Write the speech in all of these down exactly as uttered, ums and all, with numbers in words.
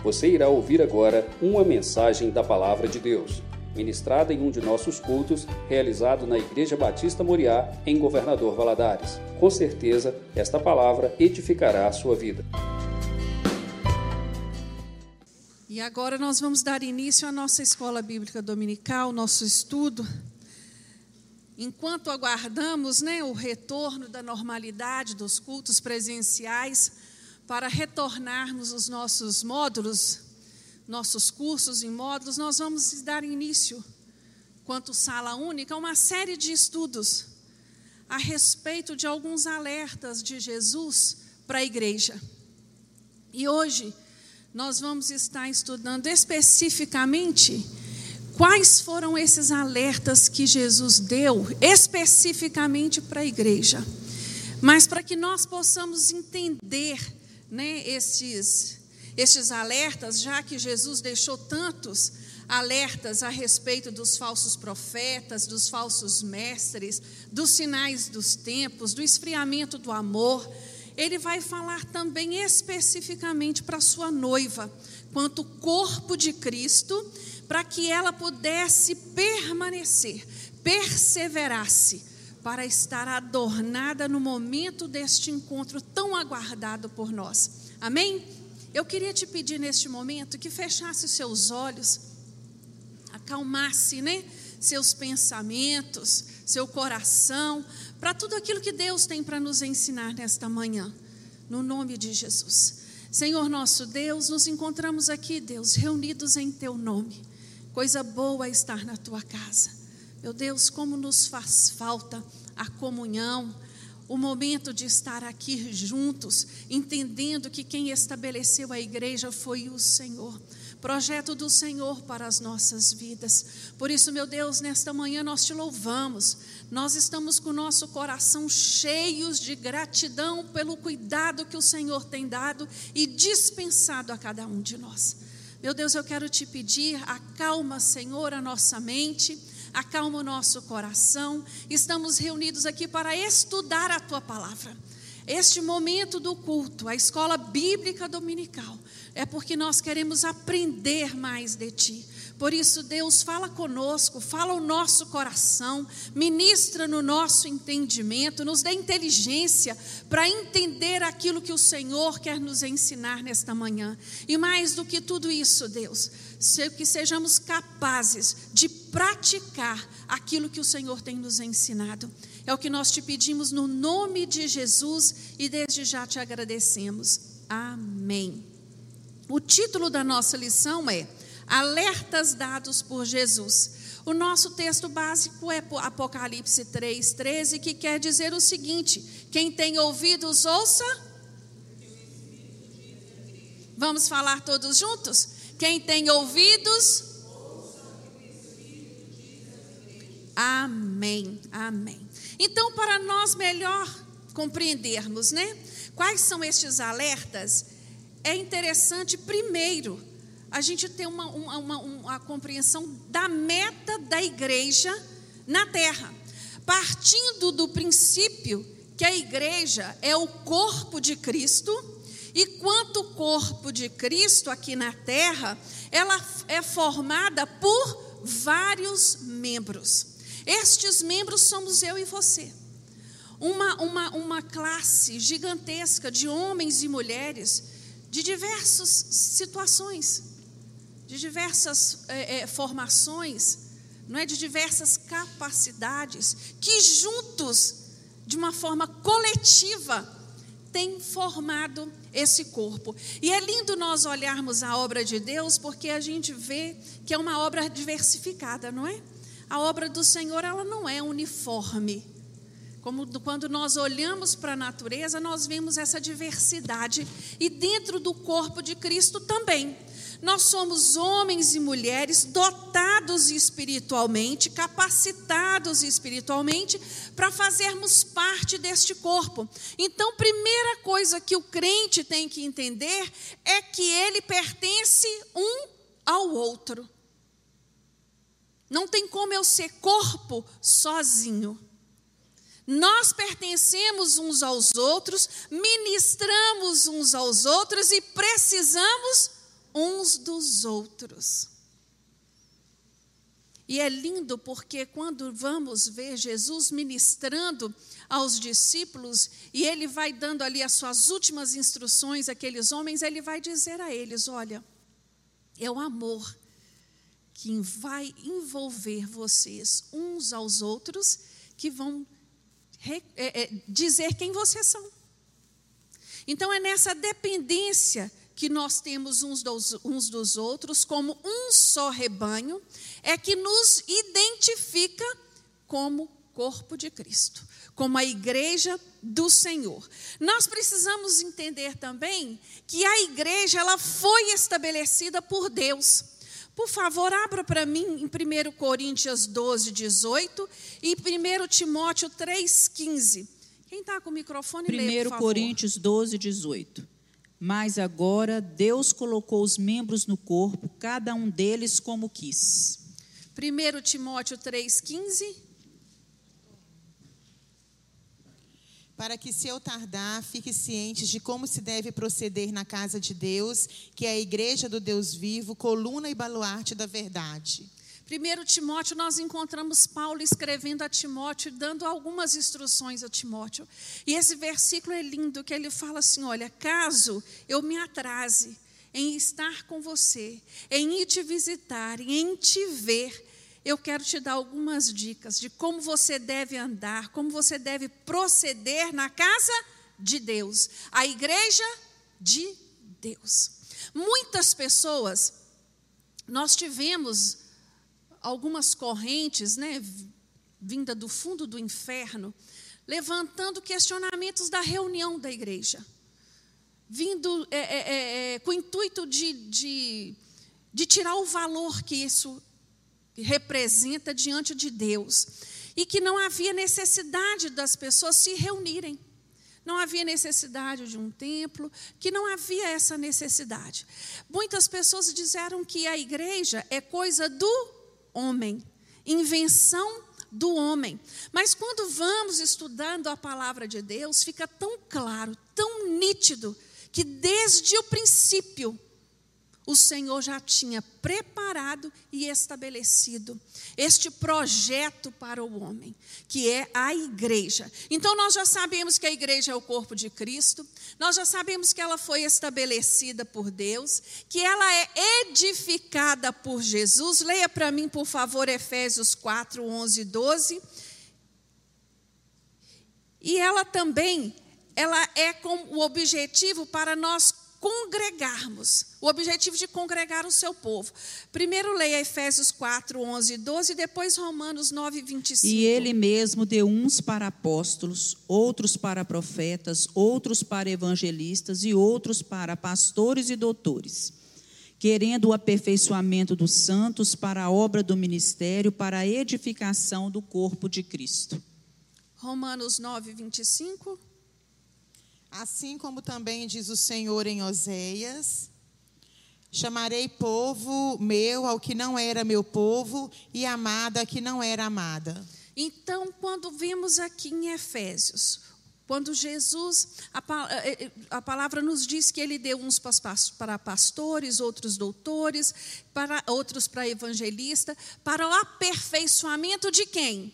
Você irá ouvir agora uma mensagem da Palavra de Deus, ministrada em um de nossos cultos, realizado na Igreja Batista Moriá, em Governador Valadares. Com certeza, esta palavra edificará a sua vida. E agora nós vamos dar início à nossa escola bíblica dominical, nosso estudo. Enquanto aguardamos, né, o retorno da normalidade dos cultos presenciais, para retornarmos os nossos módulos, nossos cursos em módulos, nós vamos dar início, quanto sala única, a uma série de estudos a respeito de alguns alertas de Jesus para a igreja. E hoje nós vamos estar estudando especificamente quais foram esses alertas que Jesus deu especificamente para a igreja. Mas para que nós possamos entender, né, esses, esses alertas, já que Jesus deixou tantos alertas a respeito dos falsos profetas, dos falsos mestres, dos sinais dos tempos, do esfriamento do amor, ele vai falar também especificamente para a sua noiva, quanto corpo de Cristo, para que ela pudesse permanecer, perseverasse, para estar adornada no momento deste encontro tão aguardado por nós. Amém? Eu queria te pedir neste momento que fechasse os seus olhos, acalmasse, né, seus pensamentos, seu coração, para tudo aquilo que Deus tem para nos ensinar nesta manhã, no nome de Jesus. Senhor nosso Deus, nos encontramos aqui, Deus, reunidos em Teu nome. Coisa boa é estar na Tua casa. Meu Deus, como nos faz falta a comunhão, o momento de estar aqui juntos, entendendo que quem estabeleceu a igreja foi o Senhor. Projeto do Senhor para as nossas vidas. Por isso, meu Deus, nesta manhã nós te louvamos. Nós estamos com o nosso coração cheios de gratidão pelo cuidado que o Senhor tem dado e dispensado a cada um de nós. Meu Deus, eu quero te pedir, acalma, Senhor, a nossa mente, acalma o nosso coração. Estamos reunidos aqui para estudar a Tua palavra. Este momento do culto, a escola bíblica dominical, é porque nós queremos aprender mais de Ti. Por isso, Deus, fala conosco, fala o nosso coração, ministra no nosso entendimento, nos dê inteligência para entender aquilo que o Senhor quer nos ensinar nesta manhã. E mais do que tudo isso, Deus, que sejamos capazes de praticar aquilo que o Senhor tem nos ensinado. É o que nós te pedimos no nome de Jesus e desde já te agradecemos. Amém. O título da nossa lição é Alertas dados por Jesus. O nosso texto básico é Apocalipse três, treze, que quer dizer o seguinte: quem tem ouvidos, ouça. Vamos falar todos juntos? Quem tem ouvidos, amém, amém. Então, para nós melhor compreendermos, né, quais são estes alertas, é interessante, primeiro, a gente ter uma, uma, uma, uma compreensão da meta da igreja na terra, partindo do princípio que a igreja é o corpo de Cristo, e quanto corpo de Cristo aqui na terra, ela é formada por vários membros. Estes membros somos eu e você. Uma, uma, uma classe gigantesca de homens e mulheres de diversas situações, de diversas é, é, formações, não é, de diversas capacidades, que juntos, de uma forma coletiva, têm formado esse corpo. E é lindo nós olharmos a obra de Deus, porque a gente vê que é uma obra diversificada, não é? A obra do Senhor, ela não é uniforme. Como quando nós olhamos para a natureza, nós vemos essa diversidade. E dentro do corpo de Cristo também. Nós somos homens e mulheres dotados espiritualmente, capacitados espiritualmente, para fazermos parte deste corpo. Então, primeira coisa que o crente tem que entender é que ele pertence um ao outro. Não tem como eu ser corpo sozinho. Nós pertencemos uns aos outros, ministramos uns aos outros e precisamos uns dos outros. E é lindo porque quando vamos ver Jesus ministrando aos discípulos, e ele vai dando ali as suas últimas instruções àqueles homens, ele vai dizer a eles, olha, é o amor que vai envolver vocês uns aos outros, que vão re, é, é, dizer quem vocês são. Então é nessa dependência que nós temos uns dos, uns dos outros, como um só rebanho, é que nos identifica como corpo de Cristo, como a igreja do Senhor. Nós precisamos entender também que a igreja ela foi estabelecida por Deus. Por favor, abra para mim em primeiro Coríntios doze, dezoito e primeiro Timóteo três, quinze. Quem está com o microfone, lê, por favor. primeiro Coríntios doze, dezoito. Mas agora Deus colocou os membros no corpo, cada um deles como quis. primeiro Timóteo três, quinze. Para que, se eu tardar, fique ciente de como se deve proceder na casa de Deus, que é a igreja do Deus vivo, coluna e baluarte da verdade. primeiro Timóteo, nós encontramos Paulo escrevendo a Timóteo, dando algumas instruções a Timóteo. E esse versículo é lindo, que ele fala assim, olha, caso eu me atrase em estar com você, em ir te visitar, em te ver, eu quero te dar algumas dicas de como você deve andar, como você deve proceder na casa de Deus, a igreja de Deus. Muitas pessoas, nós tivemos algumas correntes, né, vinda do fundo do inferno, levantando questionamentos da reunião da igreja, vindo é, é, é, com o intuito de, de, de tirar o valor que isso representa diante de Deus, e que não havia necessidade das pessoas se reunirem, não havia necessidade de um templo, que não havia essa necessidade. Muitas pessoas disseram que a igreja é coisa do homem, invenção do homem. Mas quando vamos estudando a palavra de Deus, fica tão claro, tão nítido, que desde o princípio o Senhor já tinha preparado e estabelecido este projeto para o homem, que é a igreja. Então nós já sabemos que a igreja é o corpo de Cristo, nós já sabemos que ela foi estabelecida por Deus, que ela é edificada por Jesus. Leia para mim, por favor, Efésios quatro, onze e doze. E ela também, ela é com o objetivo para nós congregarmos, o objetivo de congregar o seu povo. Primeiro leia Efésios quatro, onze e doze, e depois Romanos nove, vinte e cinco. E ele mesmo deu uns para apóstolos, outros para profetas, outros para evangelistas e outros para pastores e doutores, querendo o aperfeiçoamento dos santos para a obra do ministério, para a edificação do corpo de Cristo. Romanos nove, vinte e cinco. Assim como também diz o Senhor em Oséias, chamarei povo meu ao que não era meu povo, e amada a que não era amada. Então, quando vemos aqui em Efésios, quando Jesus, a, a palavra nos diz que ele deu uns para pastores, outros doutores, para, outros para evangelista, para o aperfeiçoamento de quem?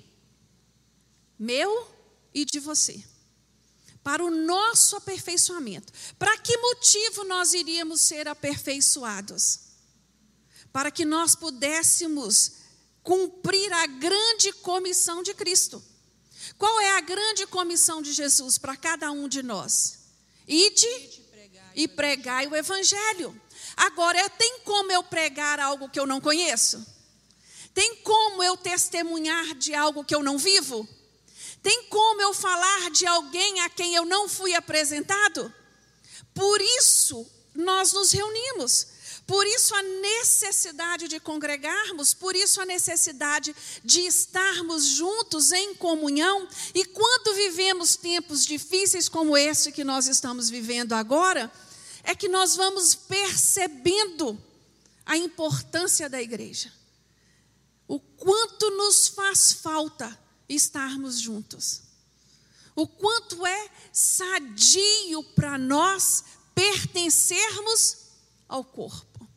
Meu e de você. Para o nosso aperfeiçoamento. Para que motivo nós iríamos ser aperfeiçoados? Para que nós pudéssemos cumprir a grande comissão de Cristo. Qual é a grande comissão de Jesus para cada um de nós? Ide e pregai o evangelho. Agora, tem como eu pregar algo que eu não conheço? Tem como eu testemunhar de algo que eu não vivo? Tem como eu falar de alguém a quem eu não fui apresentado? Por isso nós nos reunimos, por isso a necessidade de congregarmos, por isso a necessidade de estarmos juntos em comunhão. E quando vivemos tempos difíceis como esse que nós estamos vivendo agora, é que nós vamos percebendo a importância da igreja, o quanto nos faz falta estarmos juntos, o quanto é sadio para nós pertencermos ao corpo.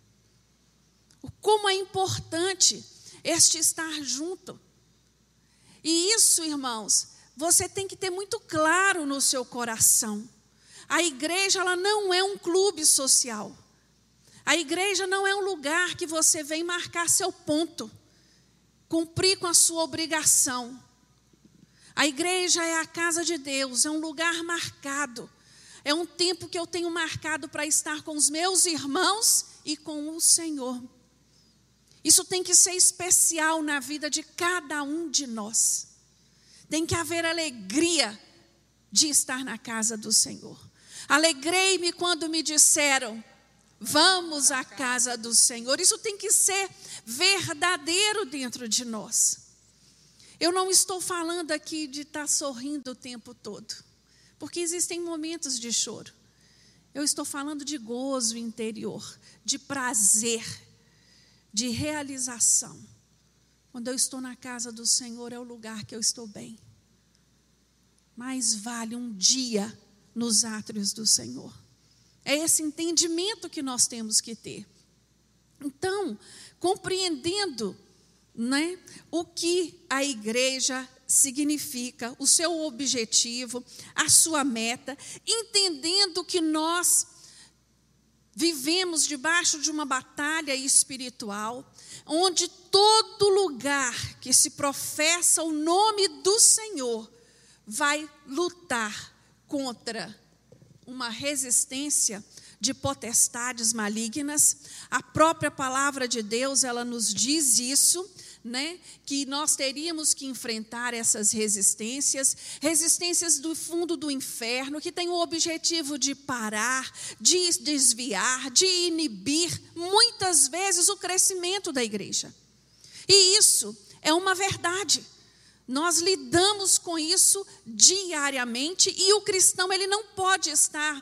Como é importante este estar junto. E isso, irmãos, você tem que ter muito claro no seu coração. A igreja, ela não é um clube social. A igreja não é um lugar que você vem marcar seu ponto, cumprir com a sua obrigação. A igreja é a casa de Deus, é um lugar marcado. É um tempo que eu tenho marcado para estar com os meus irmãos e com o Senhor. Isso tem que ser especial na vida de cada um de nós. Tem que haver alegria de estar na casa do Senhor. Alegrei-me quando me disseram, vamos à casa do Senhor. Isso tem que ser verdadeiro dentro de nós. Eu não estou falando aqui de estar sorrindo o tempo todo, porque existem momentos de choro. Eu estou falando de gozo interior, de prazer, de realização. Quando eu estou na casa do Senhor, é o lugar que eu estou bem. Mais vale um dia nos átrios do Senhor. É esse entendimento que nós temos que ter. Então, compreendendo, né, o que a igreja significa, o seu objetivo, a sua meta, entendendo que nós vivemos debaixo de uma batalha espiritual, onde todo lugar que se professa o nome do Senhor vai lutar contra uma resistência de potestades malignas. A própria palavra de Deus, ela nos diz isso, né? Que nós teríamos que enfrentar essas resistências, resistências do fundo do inferno, que tem o objetivo de parar, de desviar, de inibir, muitas vezes, o crescimento da igreja. E isso é uma verdade. Nós lidamos com isso diariamente e o cristão, ele não pode estar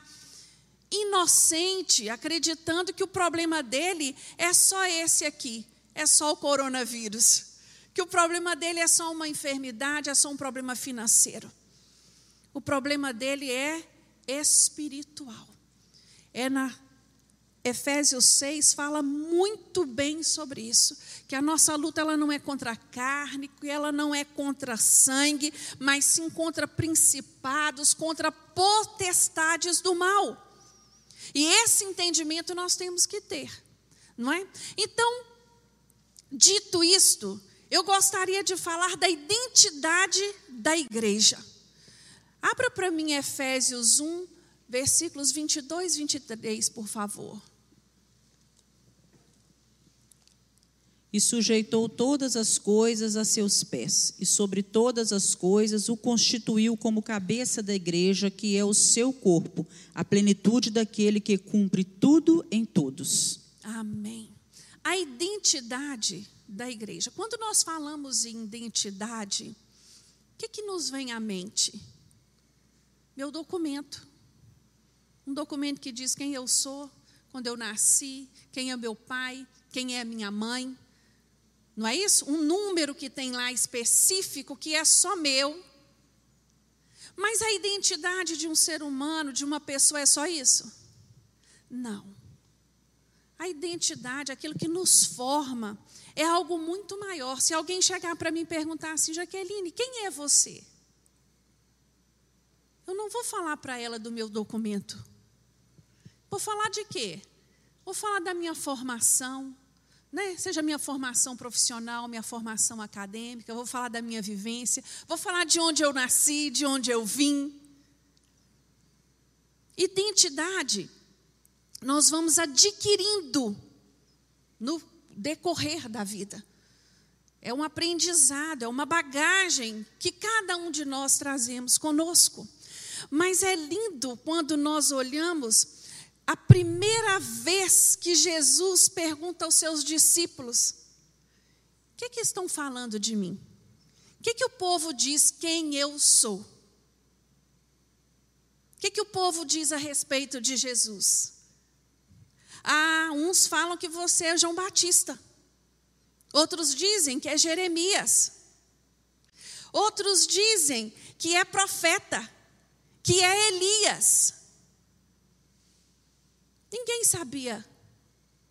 inocente, acreditando que o problema dele é só esse aqui, é só o coronavírus, que o problema dele é só uma enfermidade, é só um problema financeiro. O problema dele é espiritual. É na Efésios seis fala muito bem sobre isso, que a nossa luta, ela não é contra a carne, que ela não é contra sangue, mas sim contra principados, contra potestades do mal. E esse entendimento nós temos que ter, não é? Então, dito isto, eu gostaria de falar da identidade da igreja. Abra para mim Efésios um, versículos vinte e dois e vinte e três, por favor. E sujeitou todas as coisas a seus pés, e sobre todas as coisas o constituiu como cabeça da igreja, que é o seu corpo, a plenitude daquele que cumpre tudo em todos. Amém. A identidade da igreja. Quando nós falamos em identidade, o que, que nos vem à mente? Meu documento. Um documento que diz quem eu sou, quando eu nasci, quem é meu pai, quem é minha mãe. Não é isso? Um número que tem lá específico, que é só meu. Mas a identidade de um ser humano, de uma pessoa, é só isso? Não. A identidade, aquilo que nos forma, é algo muito maior. Se alguém chegar para mim e perguntar assim, Jaqueline, quem é você? Eu não vou falar para ela do meu documento. Vou falar de quê? Vou falar da minha formação, né? Seja minha formação profissional, minha formação acadêmica, vou falar da minha vivência, vou falar de onde eu nasci, de onde eu vim. Identidade, nós vamos adquirindo no decorrer da vida. É um aprendizado, é uma bagagem que cada um de nós trazemos conosco. Mas é lindo quando nós olhamos a primeira vez que Jesus pergunta aos seus discípulos, o que, que estão falando de mim? O que, que o povo diz quem eu sou? O que, que o povo diz a respeito de Jesus? Ah, uns falam que você é João Batista. Outros dizem que é Jeremias. Outros dizem que é profeta, que é Elias. Ninguém sabia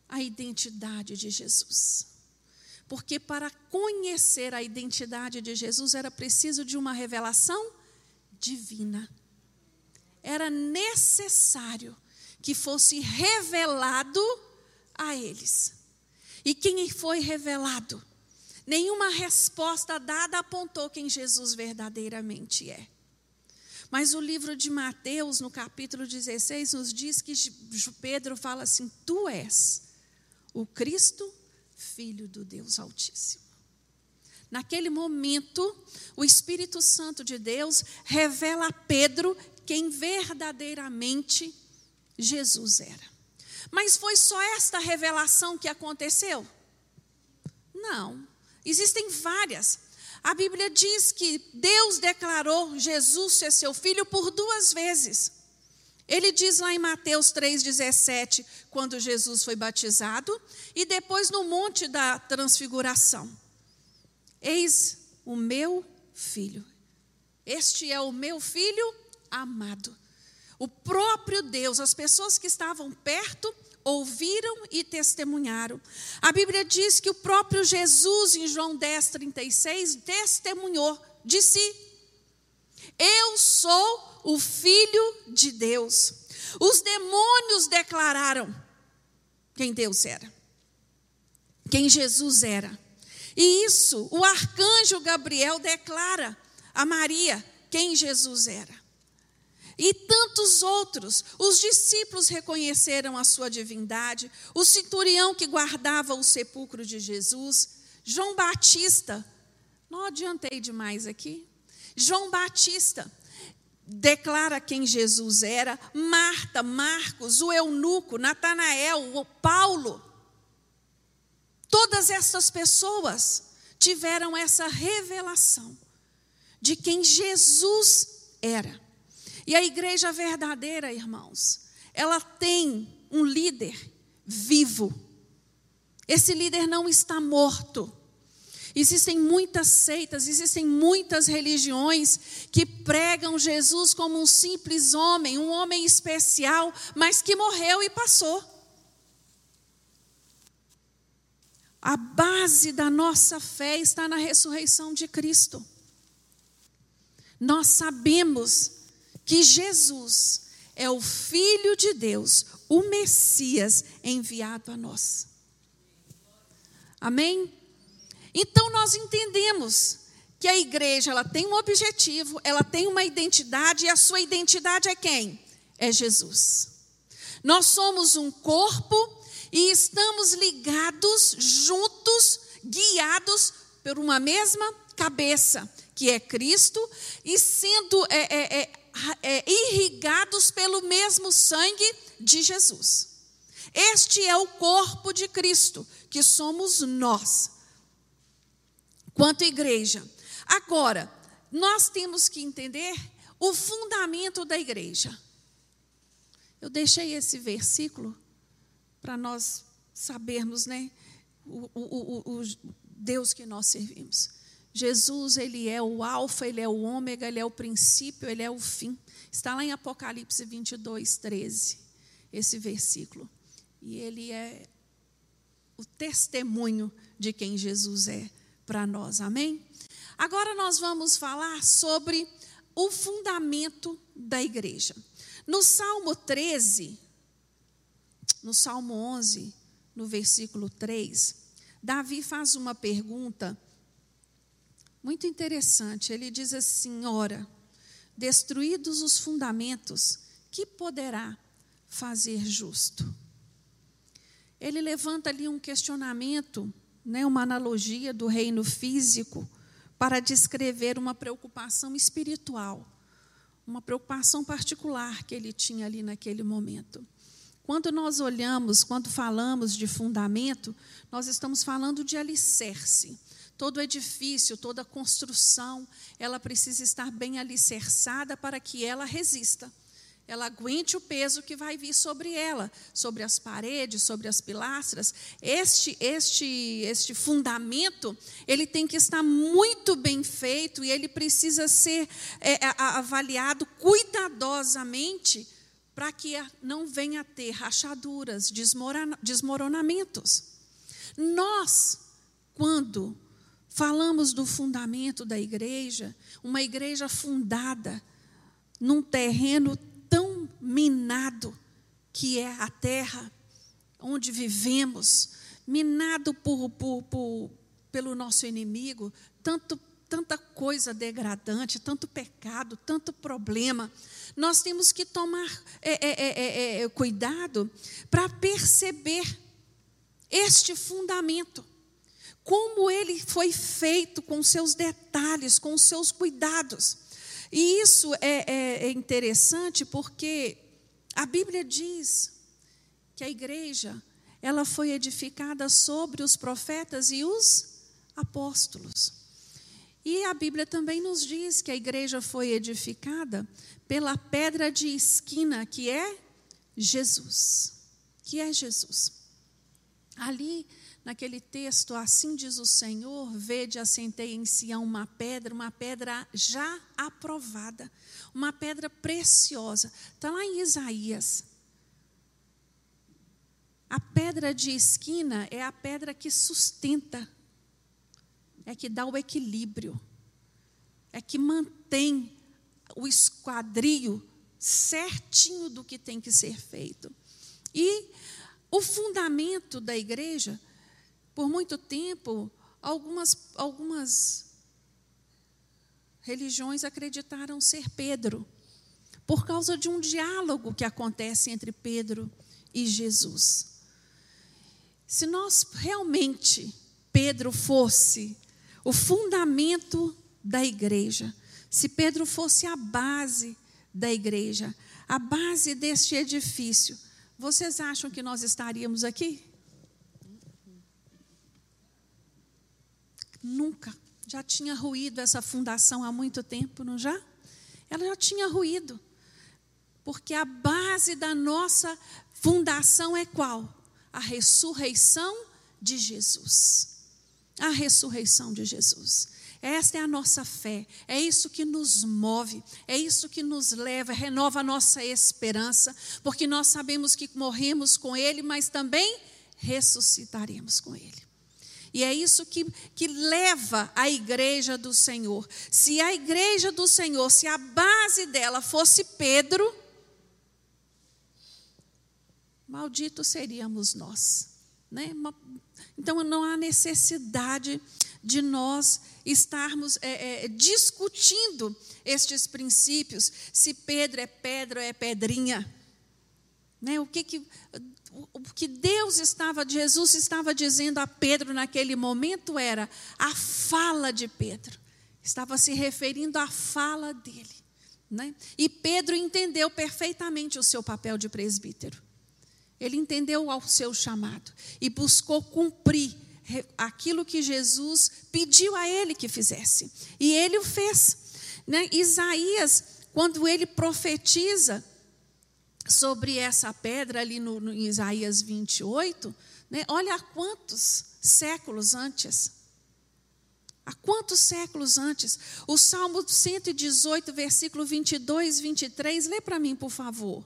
a identidade de Jesus. Porque para conhecer a identidade de Jesus era preciso de uma revelação divina. Era necessário que fosse revelado a eles. E quem foi revelado? Nenhuma resposta dada apontou quem Jesus verdadeiramente é. Mas o livro de Mateus, no capítulo dezesseis, nos diz que Pedro fala assim: tu és o Cristo, Filho do Deus Altíssimo. Naquele momento, o Espírito Santo de Deus revela a Pedro quem verdadeiramente Jesus era. Mas foi só esta revelação que aconteceu? Não, existem várias. A Bíblia diz que Deus declarou Jesus ser seu filho por duas vezes. Ele diz lá em Mateus três, dezessete, quando Jesus foi batizado, e depois no Monte da Transfiguração: eis o meu filho, este é o meu filho amado. O próprio Deus, as pessoas que estavam perto, ouviram e testemunharam. A Bíblia diz que o próprio Jesus, em João dez, trinta e seis, testemunhou de si: eu sou o Filho de Deus. Os demônios declararam quem Deus era, quem Jesus era. E isso, o arcanjo Gabriel declara a Maria quem Jesus era. E tantos outros. Os discípulos reconheceram a sua divindade. O centurião que guardava o sepulcro de Jesus. João Batista, não adiantei demais aqui. João Batista declara quem Jesus era. Marta, Marcos, o eunuco, Natanael, o Paulo. Todas essas pessoas tiveram essa revelação de quem Jesus era. E a igreja verdadeira, irmãos, ela tem um líder vivo. Esse líder não está morto. Existem muitas seitas, existem muitas religiões que pregam Jesus como um simples homem, um homem especial, mas que morreu e passou. A base da nossa fé está na ressurreição de Cristo. Nós sabemos que Jesus é o Filho de Deus, o Messias enviado a nós. Amém? Então nós entendemos que a igreja ela tem um objetivo, ela tem uma identidade, e a sua identidade é quem? É Jesus. Nós somos um corpo e estamos ligados, juntos, guiados por uma mesma cabeça, que é Cristo, e sendo é, é, é, é, irrigados pelo mesmo sangue de Jesus. Este é o corpo de Cristo, que somos nós, quanto igreja. Agora, nós temos que entender o fundamento da igreja. Eu deixei esse versículo para nós sabermos, né, o, o, o, o Deus que nós servimos. Jesus, ele é o alfa, ele é o ômega, ele é o princípio, ele é o fim. Está lá em Apocalipse vinte e dois, treze, esse versículo. E ele é o testemunho de quem Jesus é para nós, amém? Agora nós vamos falar sobre o fundamento da igreja. No Salmo treze, no Salmo onze, no versículo três, Davi faz uma pergunta muito interessante. Ele diz assim: ora, destruídos os fundamentos, que poderá fazer justo? Ele levanta ali um questionamento, né, uma analogia do reino físico para descrever uma preocupação espiritual, uma preocupação particular que ele tinha ali naquele momento. Quando nós olhamos, quando falamos de fundamento, nós estamos falando de alicerce. Todo edifício, toda construção, ela precisa estar bem alicerçada para que ela resista. Ela aguente o peso que vai vir sobre ela, sobre as paredes, sobre as pilastras. Este, este, este fundamento, ele tem que estar muito bem feito e ele precisa ser é, avaliado cuidadosamente para que não venha a ter rachaduras, desmoronamentos. Nós, quando falamos do fundamento da igreja, uma igreja fundada num terreno tão minado que é a terra onde vivemos, minado por, por, por, pelo nosso inimigo, tanto, tanta coisa degradante, tanto pecado, tanto problema. Nós temos que tomar é, é, é, é, cuidado para perceber este fundamento, como ele foi feito, com seus detalhes, com seus cuidados. E isso é, é, é interessante porque a Bíblia diz que a igreja, ela foi edificada sobre os profetas e os apóstolos. E a Bíblia também nos diz que a igreja foi edificada pela pedra de esquina, que é Jesus. Que é Jesus. Ali, naquele texto, assim diz o Senhor: vede, assentei em Sião uma pedra, uma pedra já aprovada, uma pedra preciosa. Está lá em Isaías. A pedra de esquina é a pedra que sustenta, é que dá o equilíbrio, é que mantém o esquadrio certinho do que tem que ser feito. E o fundamento da igreja, por muito tempo, algumas, algumas religiões acreditaram ser Pedro, por causa de um diálogo que acontece entre Pedro e Jesus. Se nós realmente, Pedro fosse o fundamento da igreja, se Pedro fosse a base da igreja, a base deste edifício, vocês acham que nós estaríamos aqui? Nunca. Já tinha ruído essa fundação há muito tempo, não já? Ela já tinha ruído. Porque a base da nossa fundação é qual? A ressurreição de Jesus. A ressurreição de Jesus. Esta é a nossa fé, é isso que nos move, é isso que nos leva, renova a nossa esperança, porque nós sabemos que morremos com Ele, mas também ressuscitaremos com Ele. E é isso que, que leva a igreja do Senhor. Se a igreja do Senhor, se a base dela fosse Pedro, malditos seríamos nós, né? Então não há necessidade de nós estarmos é, é, discutindo estes princípios, se Pedro é pedra ou é pedrinha, né? O que que o que Deus estava, Jesus estava dizendo a Pedro naquele momento era a fala de Pedro, estava se referindo à fala dele, né? E Pedro entendeu perfeitamente o seu papel de presbítero. Ele entendeu o seu chamado e buscou cumprir aquilo que Jesus pediu a ele que fizesse. E ele o fez, né? Isaías, quando ele profetiza sobre essa pedra ali no, no Isaías vinte e oito, né? Olha há quantos séculos antes. Há quantos séculos antes? O Salmo cento e dezoito, versículo vinte e dois, vinte e três, lê para mim, por favor.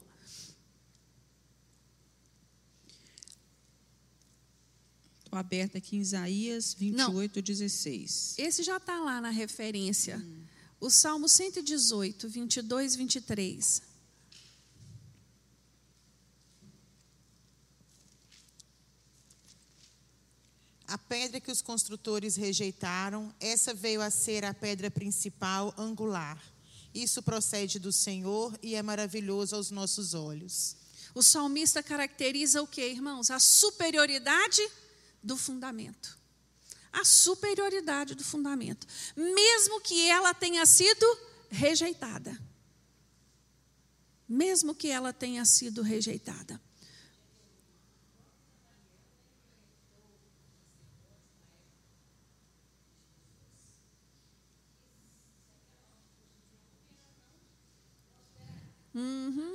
Estou aberta aqui em Isaías vinte e oito, Não, dezesseis. Esse já está lá na referência. Hum. O Salmo cento e dezoito, vinte e dois, vinte e três. A pedra que os construtores rejeitaram, essa veio a ser a pedra principal, angular. Isso procede do Senhor e é maravilhoso aos nossos olhos. O salmista caracteriza o quê, irmãos? A superioridade do fundamento. A superioridade do fundamento. Mesmo que ela tenha sido rejeitada. Mesmo que ela tenha sido rejeitada. Uhum.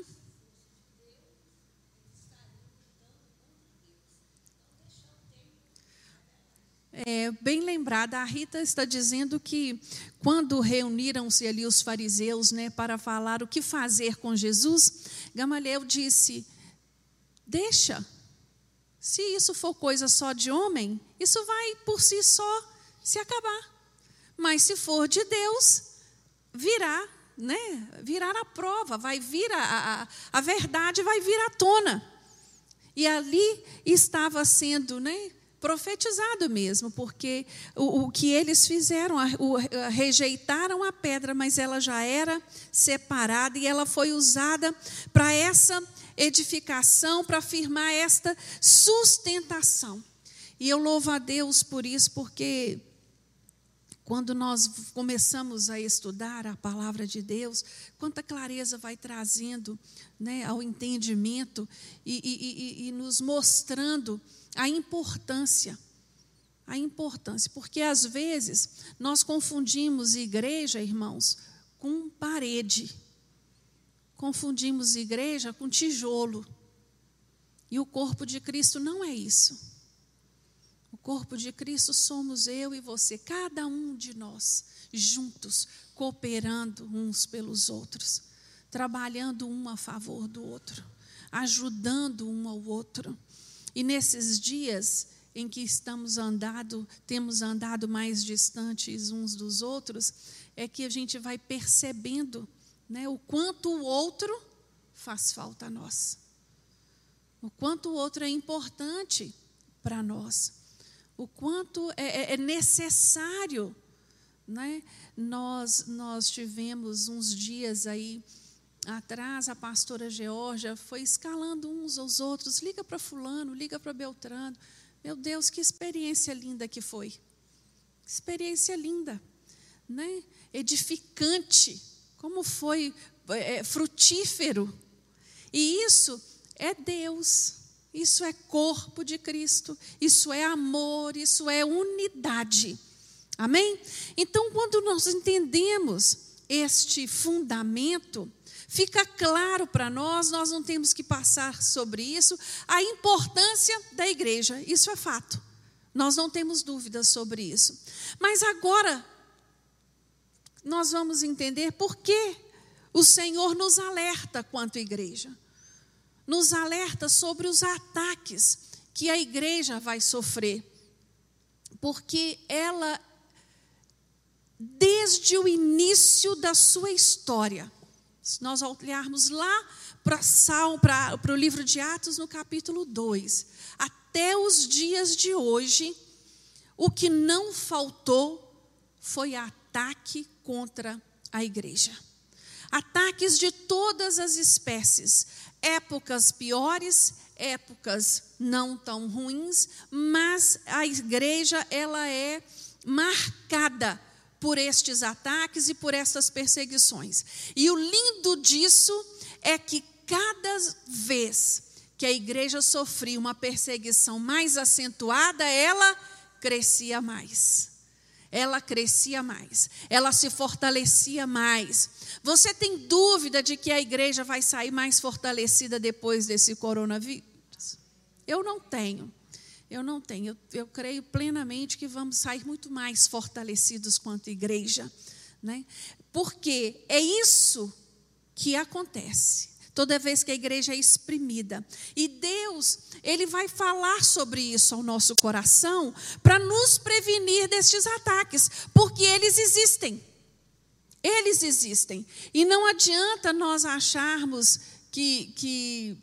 É, bem lembrada, a Rita está dizendo que quando reuniram-se ali os fariseus, né, para falar o que fazer com Jesus, Gamaliel disse, deixa, se isso for coisa só de homem, isso vai por si só se acabar, mas se for de Deus, virá, né, virá a prova, vai vir a, a, a verdade vai vir à tona, e ali estava sendo, né, profetizado mesmo, porque o, o que eles fizeram, a, o, a, rejeitaram a pedra, mas ela já era separada e ela foi usada para essa edificação, para firmar esta sustentação. E eu louvo a Deus por isso, porque quando nós começamos a estudar a palavra de Deus, quanta clareza vai trazendo, né, ao entendimento e, e, e, e nos mostrando a importância, a importância, porque às vezes nós confundimos igreja, irmãos, com parede, confundimos igreja com tijolo, e o corpo de Cristo não é isso. O corpo de Cristo somos eu e você, cada um de nós, juntos, cooperando uns pelos outros, trabalhando um a favor do outro, ajudando um ao outro. E nesses dias em que estamos andado, temos andado mais distantes uns dos outros, é que a gente vai percebendo, né, o quanto o outro faz falta a nós, o quanto o outro é importante para nós, o quanto é, é necessário, né? Nós, nós tivemos uns dias aí atrás, a pastora Georgia foi escalando uns aos outros, liga para fulano, liga para Beltrano. Meu Deus, que experiência linda que foi. Experiência linda, né? Edificante, como foi é, frutífero. E isso é Deus, isso é corpo de Cristo, isso é amor, isso é unidade. Amém? Então, quando nós entendemos este fundamento, fica claro para nós, nós não temos que passar sobre isso, a importância da igreja, isso é fato, nós não temos dúvidas sobre isso. Mas agora, nós vamos entender por que o Senhor nos alerta quanto igreja, nos alerta sobre os ataques que a igreja vai sofrer, porque ela, desde o início da sua história, se nós olharmos lá para para o livro de Atos, no capítulo dois, até os dias de hoje, o que não faltou foi ataque contra a igreja. Ataques de todas as espécies, épocas piores, épocas não tão ruins, mas a igreja, ela é marcada por estes ataques e por essas perseguições. E o lindo disso é que cada vez que a igreja sofria uma perseguição mais acentuada, ela crescia mais. Ela crescia mais. Ela se fortalecia mais. Você tem dúvida de que a igreja vai sair mais fortalecida depois desse coronavírus? Eu não tenho. Eu não tenho, eu, eu creio plenamente que vamos sair muito mais fortalecidos quanto igreja, né? Porque é isso que acontece toda vez que a igreja é exprimida. E Deus, Ele vai falar sobre isso ao nosso coração para nos prevenir destes ataques, porque eles existem. Eles existem. E não adianta nós acharmos que... que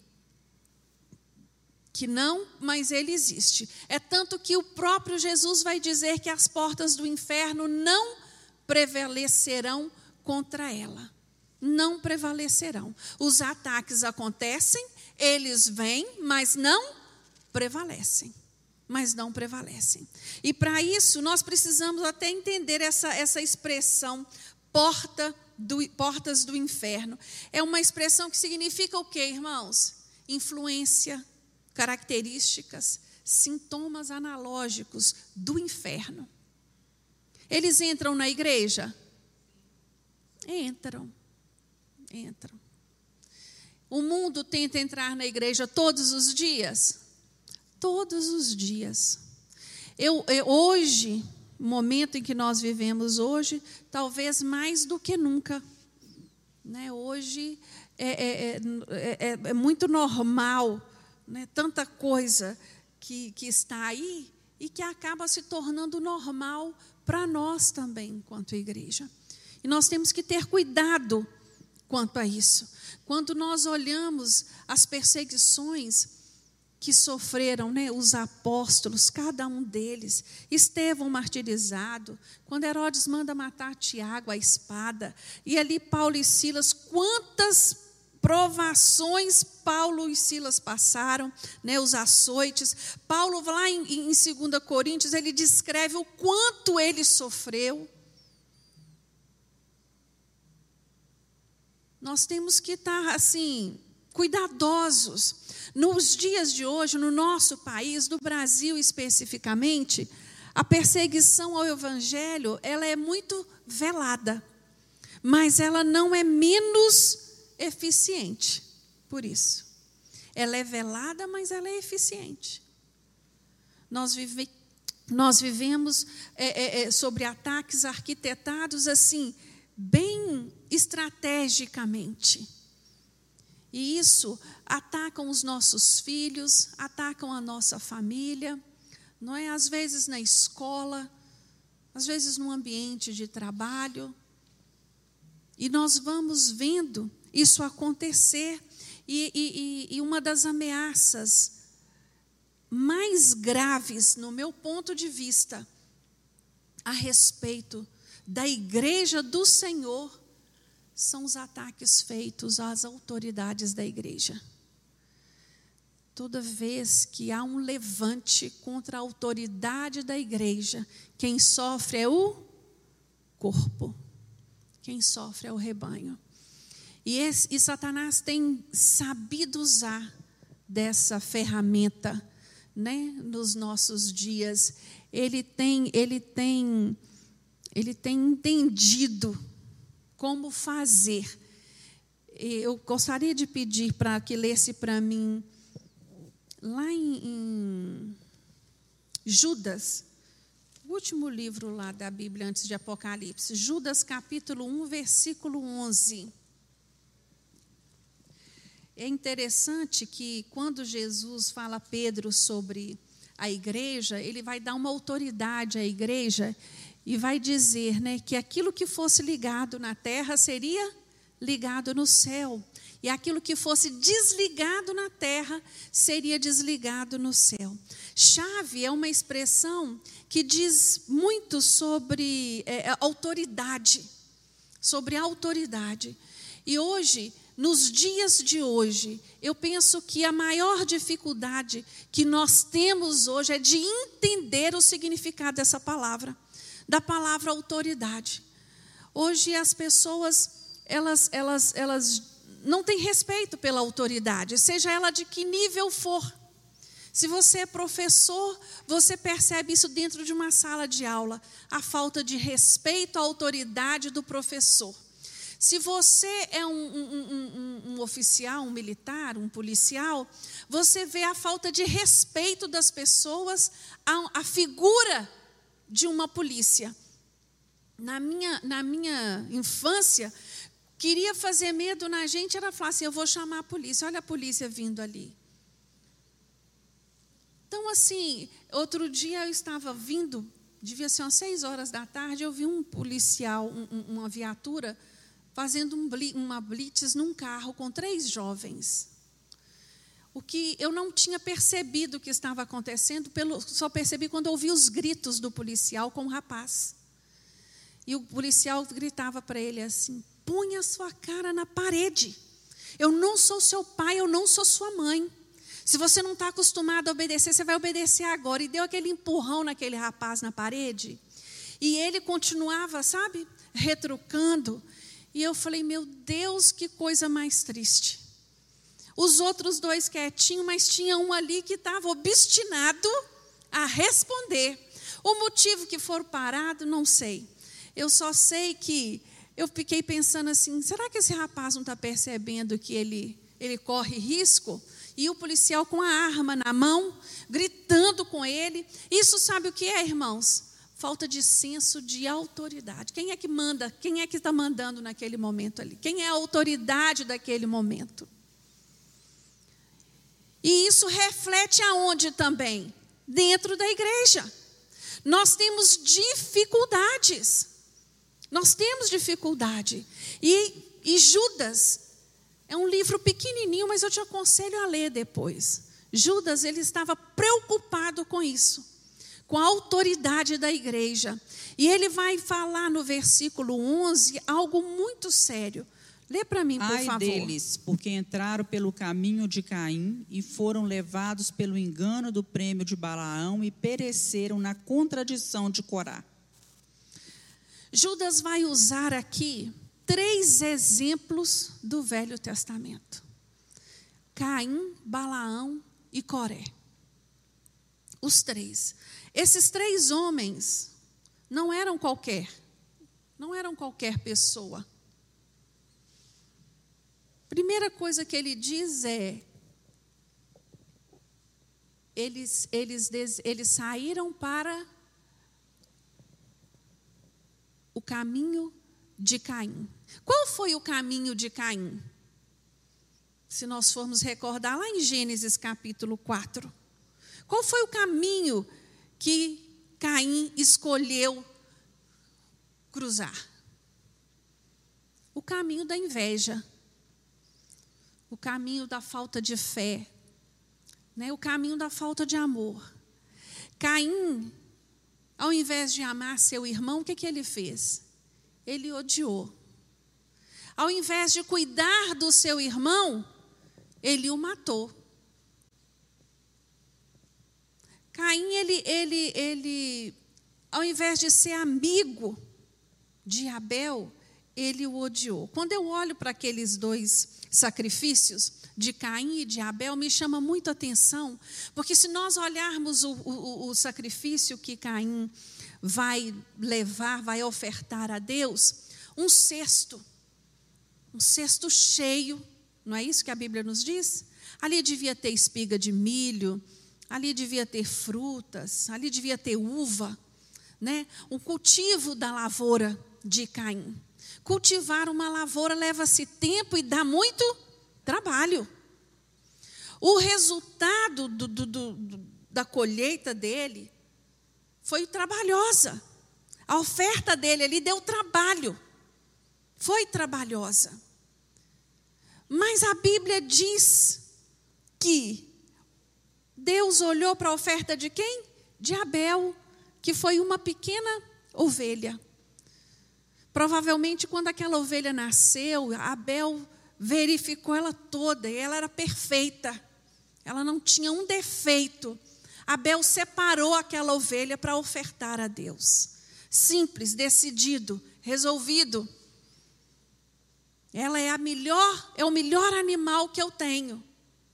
que não, mas ele existe. É tanto que o próprio Jesus vai dizer que as portas do inferno não prevalecerão contra ela. Não prevalecerão. Os ataques acontecem, eles vêm, mas não prevalecem. Mas não prevalecem. E para isso, nós precisamos até entender essa, essa expressão, porta do, portas do inferno. É uma expressão que significa o quê, irmãos? Influência, características, sintomas analógicos do inferno. Eles entram na igreja? Entram. Entram. O mundo tenta entrar na igreja todos os dias? Todos os dias. Eu, eu, hoje, o momento em que nós vivemos hoje, talvez mais do que nunca, né? Hoje é, é, é, é, é muito normal, né? Tanta coisa que, que está aí e que acaba se tornando normal para nós também, enquanto igreja. E nós temos que ter cuidado quanto a isso. Quando nós olhamos as perseguições que sofreram, né, os apóstolos, cada um deles, Estevão martirizado, quando Herodes manda matar Tiago à espada, e ali Paulo e Silas, quantas provações Paulo e Silas passaram, né, os açoites. Paulo, lá em, em dois Coríntios, ele descreve o quanto ele sofreu. Nós temos que estar, assim, cuidadosos. Nos dias de hoje, no nosso país, no Brasil especificamente, a perseguição ao evangelho, ela é muito velada, mas ela não é menos eficiente por isso. Ela é velada, mas ela é eficiente. Nós, vive, nós vivemos é, é, sobre ataques arquitetados assim, bem estrategicamente. E isso atacam os nossos filhos, atacam a nossa família, não é? Às vezes na escola, às vezes no ambiente de trabalho. E nós vamos vendo isso acontecer. E, e, e uma das ameaças mais graves, no meu ponto de vista, a respeito da igreja do Senhor, são os ataques feitos às autoridades da igreja. Toda vez que há um levante contra a autoridade da igreja, quem sofre é o corpo, quem sofre é o rebanho. E, esse, e Satanás tem sabido usar dessa ferramenta, né, nos nossos dias. Ele tem, ele tem, ele tem entendido como fazer. Eu gostaria de pedir para que lesse para mim, lá em, em Judas, o último livro lá da Bíblia antes de Apocalipse, Judas capítulo um, versículo onze. É interessante que quando Jesus fala a Pedro sobre a igreja, ele vai dar uma autoridade à igreja e vai dizer, né, que aquilo que fosse ligado na terra seria ligado no céu. E aquilo que fosse desligado na terra seria desligado no céu. Chave é uma expressão que diz muito sobre é, autoridade. Sobre autoridade. E hoje, nos dias de hoje, eu penso que a maior dificuldade que nós temos hoje é de entender o significado dessa palavra. Da palavra autoridade. Hoje as pessoas, elas, elas, elas não têm respeito pela autoridade, seja ela de que nível for. Se você é professor, você percebe isso dentro de uma sala de aula, a falta de respeito à autoridade do professor. Se você é um, um, um, um oficial, um militar, um policial, você vê a falta de respeito das pessoas à, à figura de uma polícia. Na minha, na minha infância, queria fazer medo na gente, era falar assim, eu vou chamar a polícia, olha a polícia vindo ali. Então, assim, outro dia eu estava vindo, devia ser umas seis horas da tarde, eu vi um policial, um, uma viatura, fazendo um, uma blitz num carro com três jovens. O que eu não tinha percebido que estava acontecendo, pelo, só percebi quando ouvi os gritos do policial com o rapaz. E o policial gritava para ele assim, põe a sua cara na parede. Eu não sou seu pai, eu não sou sua mãe. Se você não está acostumado a obedecer, você vai obedecer agora. E deu aquele empurrão naquele rapaz na parede. E ele continuava, sabe, retrucando. E eu falei, meu Deus, que coisa mais triste. Os outros dois quietinhos, mas tinha um ali que estava obstinado a responder. O motivo que for parado, não sei. Eu só sei que eu fiquei pensando assim, será que esse rapaz não está percebendo que ele, ele corre risco? e o policial com a arma na mão, gritando com ele. Isso sabe o que é, irmãos? Falta de senso de autoridade. Quem é que manda? Quem é que está mandando naquele momento ali? Quem é a autoridade daquele momento? E isso reflete aonde também? Dentro da igreja. Nós temos dificuldades. Nós temos dificuldade. E, e Judas é um livro pequenininho, mas eu te aconselho a ler depois. Judas, ele estava preocupado com isso, com a autoridade da igreja. E ele vai falar no versículo onze algo muito sério. Lê para mim, por Ai favor. deles, porque entraram pelo caminho de Caim e foram levados pelo engano do prêmio de Balaão e pereceram na contradição de Corá. Judas vai usar aqui três exemplos do Velho Testamento: Caim, Balaão e Coré. Os três. Esses três homens não eram qualquer, não eram qualquer pessoa. Primeira coisa que ele diz é, eles, eles, eles saíram para o caminho de Caim. Qual foi o caminho de Caim? Se nós formos recordar lá em Gênesis capítulo quatro. Qual foi o caminho que Caim escolheu cruzar? O caminho da inveja. O caminho da falta de fé, né? O caminho da falta de amor. Caim, ao invés de amar seu irmão, o que, que ele fez? Ele odiou. Ao invés de cuidar do seu irmão, ele o matou. Caim, ele, ele, ele, ao invés de ser amigo de Abel, ele o odiou. Quando eu olho para aqueles dois sacrifícios de Caim e de Abel, me chama muito a atenção, porque se nós olharmos o, o, o sacrifício que Caim vai levar, vai ofertar a Deus, um cesto, um cesto cheio, não é isso que a Bíblia nos diz? Ali devia ter espiga de milho, ali devia ter frutas, ali devia ter uva, né? Um cultivo da lavoura de Caim. Cultivar uma lavoura leva-se tempo e dá muito trabalho. O resultado do, do, do, da colheita dele foi trabalhosa. A oferta dele ali deu trabalho. Foi trabalhosa. Mas a Bíblia diz que Deus olhou para a oferta de quem? De Abel, que foi uma pequena ovelha. Provavelmente, quando aquela ovelha nasceu, Abel verificou ela toda, e ela era perfeita. Ela não tinha um defeito. Abel separou aquela ovelha para ofertar a Deus. Simples, decidido, resolvido. Ela é a melhor, é o melhor animal que eu tenho.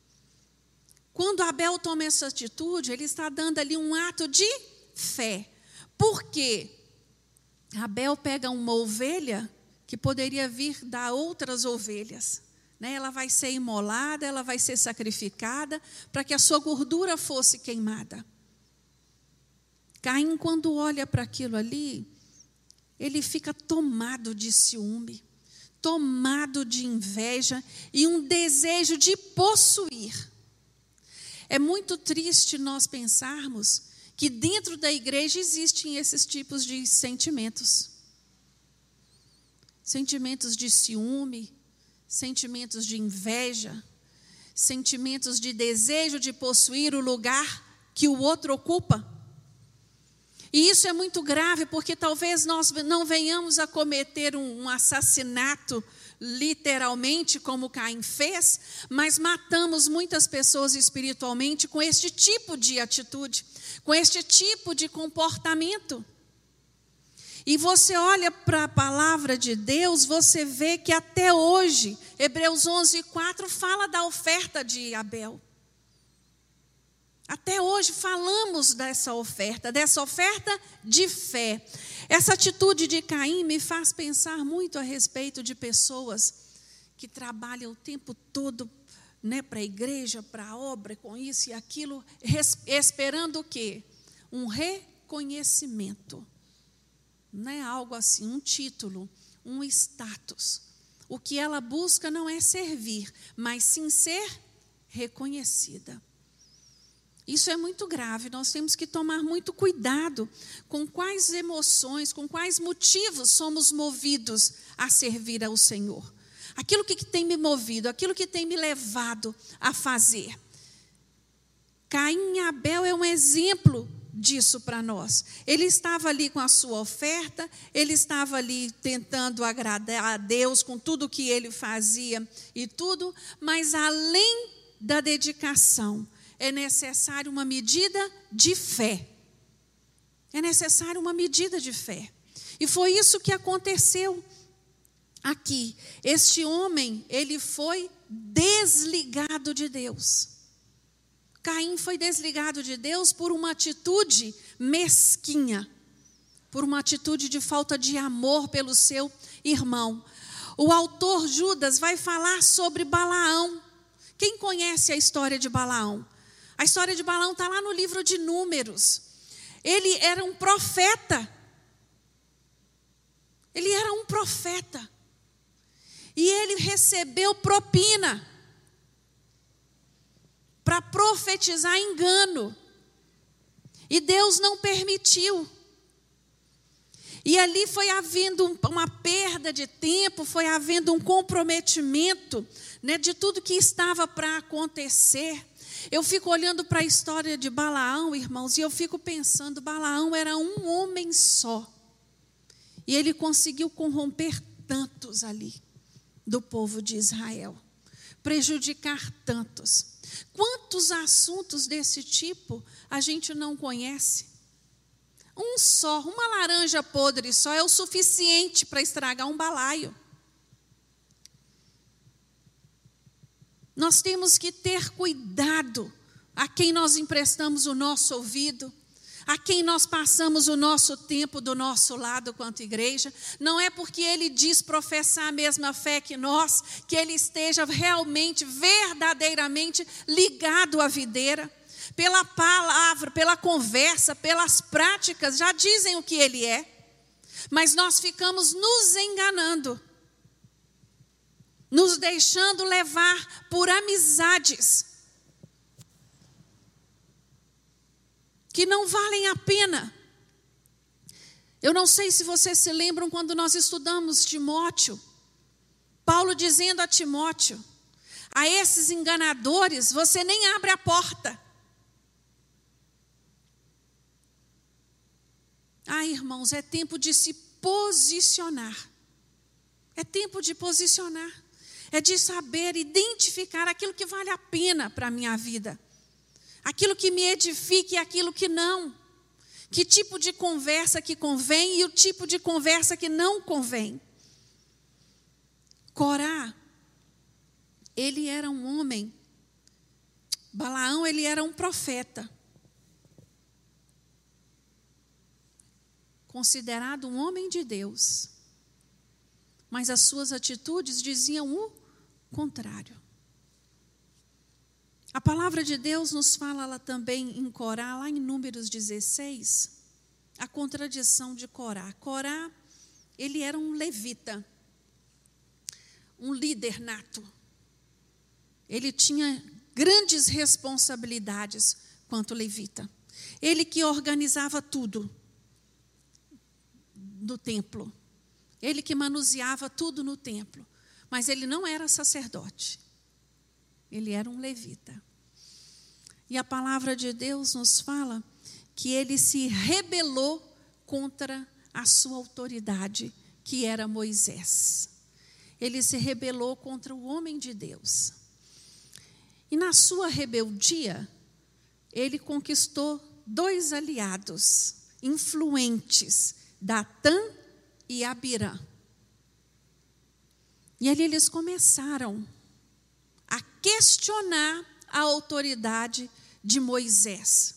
Quando Abel toma essa atitude, ele está dando ali um ato de fé. Por quê? Abel pega uma ovelha que poderia vir dar outras ovelhas, né? Ela vai ser imolada, ela vai ser sacrificada para que a sua gordura fosse queimada. Caim, quando olha para aquilo ali, ele fica tomado de ciúme, tomado de inveja e um desejo de possuir. É muito triste nós pensarmos que dentro da igreja existem esses tipos de sentimentos. Sentimentos de ciúme, sentimentos de inveja, sentimentos de desejo de possuir o lugar que o outro ocupa. E isso é muito grave, porque talvez nós não venhamos a cometer um, um assassinato, literalmente, como Caim fez, mas matamos muitas pessoas espiritualmente com este tipo de atitude, com este tipo de comportamento. E você olha para a palavra de Deus, você vê que até hoje, Hebreus onze, quatro fala da oferta de Abel. Até hoje falamos dessa oferta, dessa oferta de fé. Essa atitude de Caim me faz pensar muito a respeito de pessoas que trabalham o tempo todo né, para a igreja, para a obra, com isso e aquilo, esperando o quê? Um reconhecimento. Não é algo assim, um título, um status. O que ela busca não é servir, mas sim ser reconhecida. Isso é muito grave, nós temos que tomar muito cuidado com quais emoções, com quais motivos somos movidos a servir ao Senhor. Aquilo que tem me movido, aquilo que tem me levado a fazer. Caim e Abel é um exemplo disso para nós. Ele estava ali com a sua oferta, ele estava ali tentando agradar a Deus com tudo que ele fazia e tudo, mas além da dedicação, é necessário uma medida de fé. É necessário uma medida de fé. E foi isso que aconteceu aqui. Este homem, ele foi desligado de Deus. Caim foi desligado de Deus por uma atitude mesquinha, por uma atitude de falta de amor pelo seu irmão. O autor Judas vai falar sobre Balaão. Quem conhece a história de Balaão? A história de Balaão está lá no livro de Números. Ele era um profeta. Ele era um profeta. E ele recebeu propina para profetizar engano. E Deus não permitiu. E ali foi havendo uma perda de tempo, foi havendo um comprometimento, né, de tudo que estava para acontecer. Eu fico olhando para a história de Balaão, irmãos, e eu fico pensando, Balaão era um homem só. E ele conseguiu corromper tantos ali do povo de Israel, prejudicar tantos. Quantos assuntos desse tipo a gente não conhece? Um só, uma laranja podre só é o suficiente para estragar um balaio. Nós temos que ter cuidado a quem nós emprestamos o nosso ouvido, a quem nós passamos o nosso tempo do nosso lado quanto igreja. Não é porque ele diz professar a mesma fé que nós, que ele esteja realmente, verdadeiramente ligado à videira. Pela palavra, pela conversa, pelas práticas, já dizem o que ele é. Mas nós ficamos nos enganando, nos deixando levar por amizades que não valem a pena. Eu não sei se vocês se lembram quando nós estudamos Timóteo, Paulo dizendo a Timóteo, a esses enganadores você nem abre a porta. Ah, irmãos, é tempo de se posicionar. É tempo de posicionar. É de saber identificar aquilo que vale a pena para a minha vida. Aquilo que me edifique e aquilo que não. Que tipo de conversa que convém e o tipo de conversa que não convém. Corá, ele era um homem. Balaão, ele era um profeta. Considerado um homem de Deus. Mas as suas atitudes diziam o contrário. A palavra de Deus nos fala lá também em Corá, lá em Números dezesseis, a contradição de Corá. Corá, ele era um levita, um líder nato. Ele tinha grandes responsabilidades quanto levita. Ele que organizava tudo no templo. Ele que manuseava tudo no templo. Mas ele não era sacerdote. Ele era um levita. E a palavra de Deus nos fala que ele se rebelou contra a sua autoridade, que era Moisés. Ele se rebelou contra o homem de Deus. E na sua rebeldia, ele conquistou dois aliados influentes, Datã e Abirã. E ali eles começaram a questionar a autoridade de Moisés.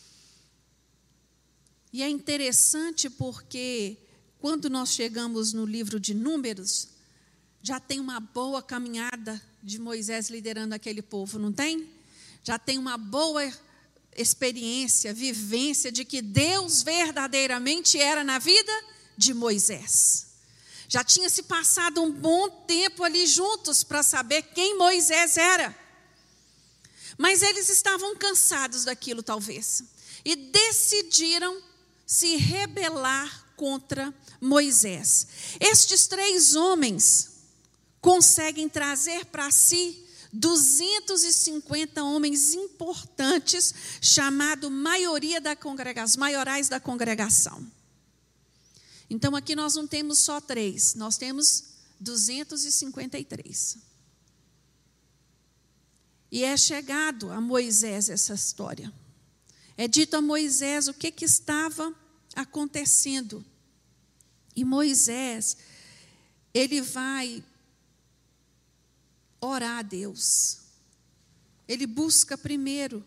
E é interessante porque quando nós chegamos no livro de Números, já tem uma boa caminhada de Moisés liderando aquele povo, não tem? Já tem uma boa experiência, vivência de que Deus verdadeiramente era na vida de Moisés. Já tinha se passado um bom tempo ali juntos para saber quem Moisés era. Mas eles estavam cansados daquilo, talvez, e decidiram se rebelar contra Moisés. Estes três homens conseguem trazer para si duzentos e cinquenta homens importantes, chamado maioria da congregação, maiorais da congregação. Então aqui nós não temos só três, nós temos duzentos e cinquenta e três. E é chegado a Moisés essa história. É dito a Moisés o que, que estava acontecendo. E Moisés, ele vai orar a Deus. Ele busca primeiro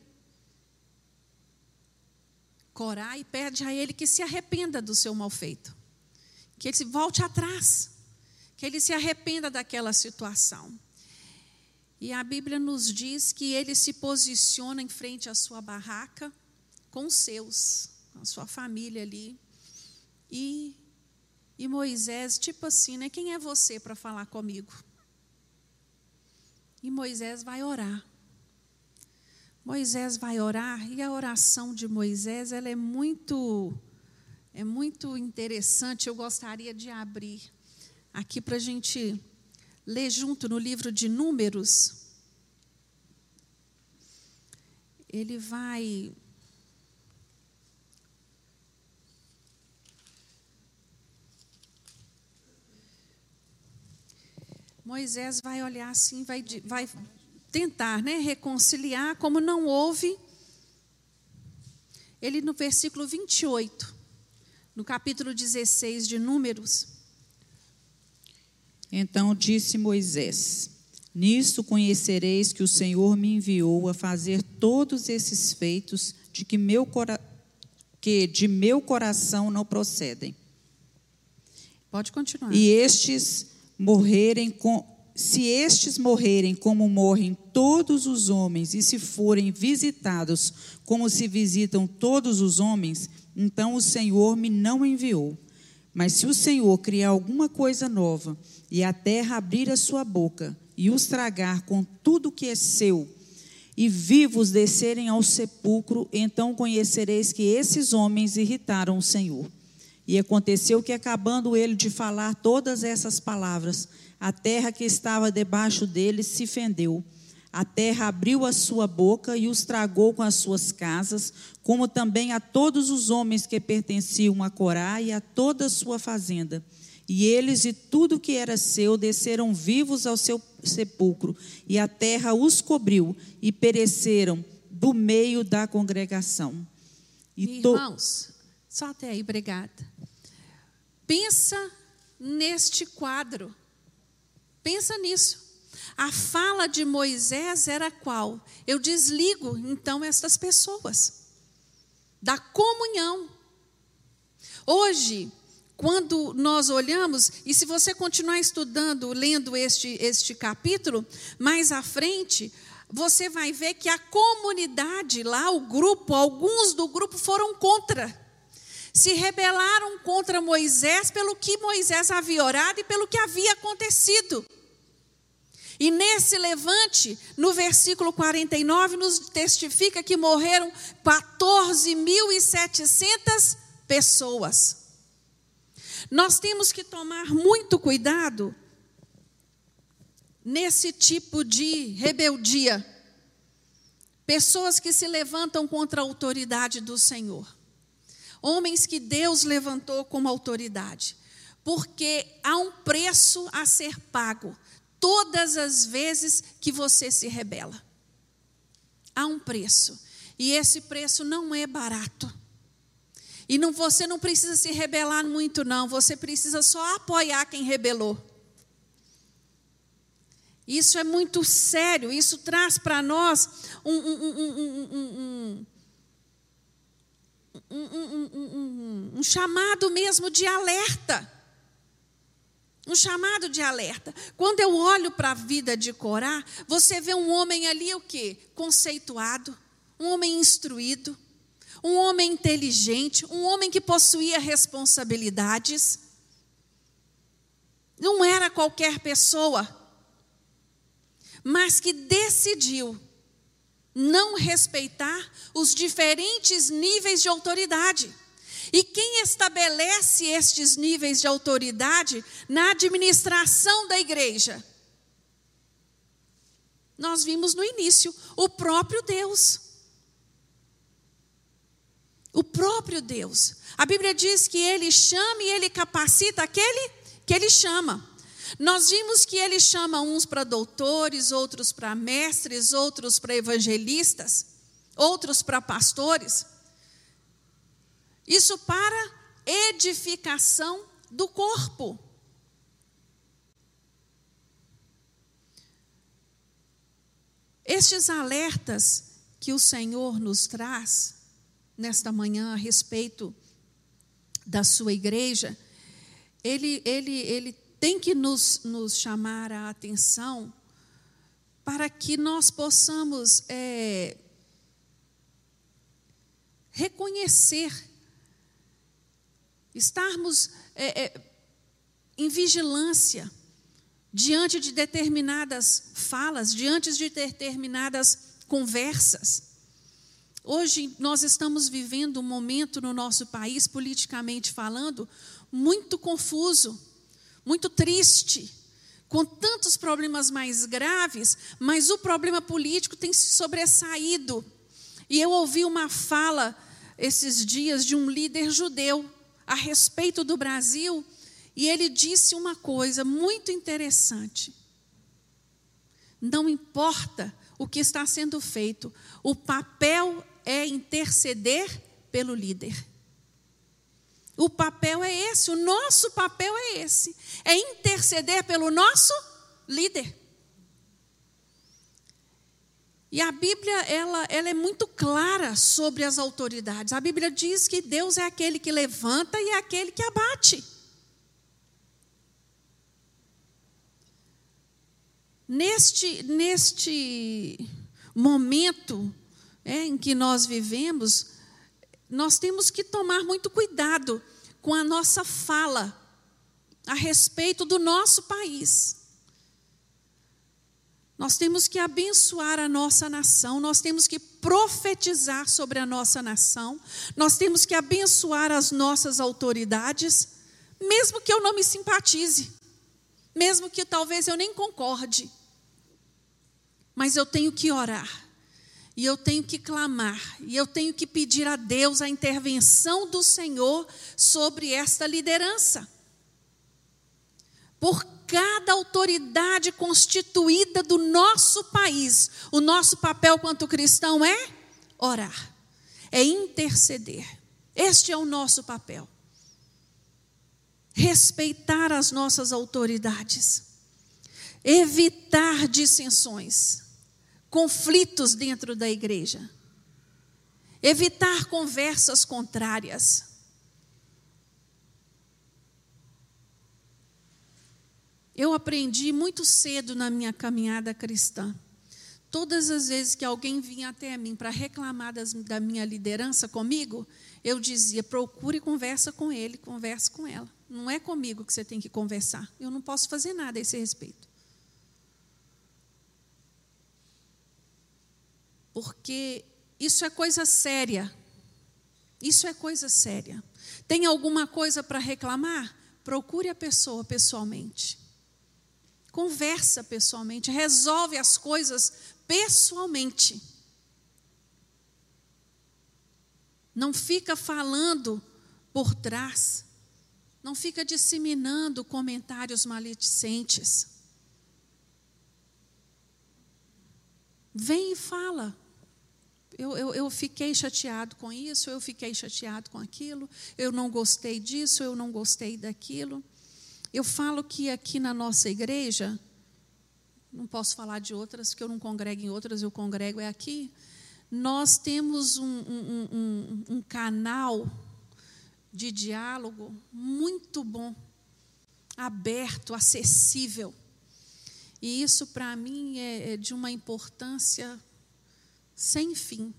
Corá e pede a ele que se arrependa do seu mal feito. Que ele se volte atrás. Que ele se arrependa daquela situação. E a Bíblia nos diz que ele se posiciona em frente à sua barraca com os seus, com a sua família ali. E, e Moisés, tipo assim, né? Quem é você para falar comigo? E Moisés vai orar. Moisés vai orar, e a oração de Moisés, ela é muito, é muito interessante. Eu gostaria de abrir aqui para a gente ler junto no livro de Números. Ele vai... Moisés vai olhar assim, vai, vai tentar, né, reconciliar, como não houve. Ele no versículo vinte e oito, no capítulo dezesseis de Números. Então disse Moisés: nisto conhecereis que o Senhor me enviou a fazer todos esses feitos de que, meu cora... que de meu coração não procedem. Pode continuar. E estes morrerem com... se estes morrerem como morrem todos os homens, e se forem visitados como se visitam todos os homens, então o Senhor me não enviou. Mas se o Senhor criar alguma coisa nova, e a terra abrir a sua boca, e os tragar com tudo que é seu, e vivos descerem ao sepulcro, então conhecereis que esses homens irritaram o Senhor. E aconteceu que, acabando ele de falar todas essas palavras, a terra que estava debaixo deles se fendeu. A terra abriu a sua boca e os tragou com as suas casas, como também a todos os homens que pertenciam a Corá e a toda a sua fazenda. E eles e tudo que era seu desceram vivos ao seu sepulcro, e a terra os cobriu, e pereceram do meio da congregação. E to... Irmãos, só até aí, obrigada. Pensa neste quadro. Pensa nisso. A fala de Moisés era qual? Eu desligo, então, estas pessoas da comunhão. Hoje, quando nós olhamos, e se você continuar estudando, lendo este, este capítulo, mais à frente, você vai ver que a comunidade lá, o grupo, alguns do grupo foram contra. Se rebelaram contra Moisés pelo que Moisés havia orado e pelo que havia acontecido. E nesse levante, no versículo quarenta e nove, nos testifica que morreram quatorze mil e setecentas pessoas. Nós temos que tomar muito cuidado nesse tipo de rebeldia. Pessoas que se levantam contra a autoridade do Senhor. Homens que Deus levantou como autoridade. Porque há um preço a ser pago todas as vezes que você se rebela. Há um preço. E esse preço não é barato. E não, você não precisa se rebelar muito, não. Você precisa só apoiar quem rebelou. Isso é muito sério. Isso traz para nós um, um, um, um, um, um, um, um, um chamado mesmo de alerta. Um chamado de alerta. Quando eu olho para a vida de Corá, você vê um homem ali o quê? Conceituado, um homem instruído, um homem inteligente, um homem que possuía responsabilidades. Não era qualquer pessoa, mas que decidiu não respeitar os diferentes níveis de autoridade. E quem estabelece estes níveis de autoridade na administração da igreja? Nós vimos no início, o próprio Deus. O próprio Deus. A Bíblia diz que Ele chama e Ele capacita aquele que Ele chama. Nós vimos que Ele chama uns para doutores, outros para mestres, outros para evangelistas, outros para pastores. Isso para edificação do corpo. Estes alertas que o Senhor nos traz nesta manhã a respeito da sua igreja, ele, ele, ele tem que nos, nos chamar a atenção para que nós possamos é, reconhecer, estarmos é, é, em vigilância diante de determinadas falas, diante de determinadas conversas. Hoje nós estamos vivendo um momento no nosso país, politicamente falando, muito confuso, muito triste, com tantos problemas mais graves, mas o problema político tem se sobressaído. E eu ouvi uma fala esses dias de um líder judeu a respeito do Brasil, e ele disse uma coisa muito interessante. Não importa o que está sendo feito, o papel é interceder pelo líder. O papel é esse, o nosso papel é esse, é interceder pelo nosso líder. E a Bíblia, ela, ela é muito clara sobre as autoridades. A Bíblia diz que Deus é aquele que levanta e é aquele que abate. Neste, neste momento é, em que nós vivemos, nós temos que tomar muito cuidado com a nossa fala a respeito do nosso país. Nós temos que abençoar a nossa nação, nós temos que profetizar sobre a nossa nação, nós temos que abençoar as nossas autoridades, mesmo que eu não me simpatize, mesmo que talvez eu nem concorde, mas eu tenho que orar. E eu tenho que clamar, e eu tenho que pedir a Deus a intervenção do Senhor sobre esta liderança. Por cada autoridade constituída do nosso país, o nosso papel quanto cristão é orar, é interceder. Este é o nosso papel. Respeitar as nossas autoridades, evitar dissensões, conflitos dentro da igreja, evitar conversas contrárias. Eu aprendi muito cedo na minha caminhada cristã. Todas as vezes que alguém vinha até mim para reclamar das, da minha liderança comigo, eu dizia, procure conversa com ele, converse com ela. Não é comigo que você tem que conversar. Eu não posso fazer nada a esse respeito. Porque isso é coisa séria. Isso é coisa séria. Tem alguma coisa para reclamar? Procure a pessoa pessoalmente. Conversa pessoalmente. Resolve as coisas pessoalmente. Não fica falando por trás. Não fica disseminando comentários maledicentes. Vem e fala. Eu, eu, eu fiquei chateado com isso, eu fiquei chateado com aquilo, eu não gostei disso, eu não gostei daquilo. Eu falo que aqui na nossa igreja, não posso falar de outras, que eu não congrego em outras, eu congrego é aqui. Nós temos um, um, um, um canal de diálogo muito bom. aberto, acessível. E isso, para mim, é de uma importância sem fim,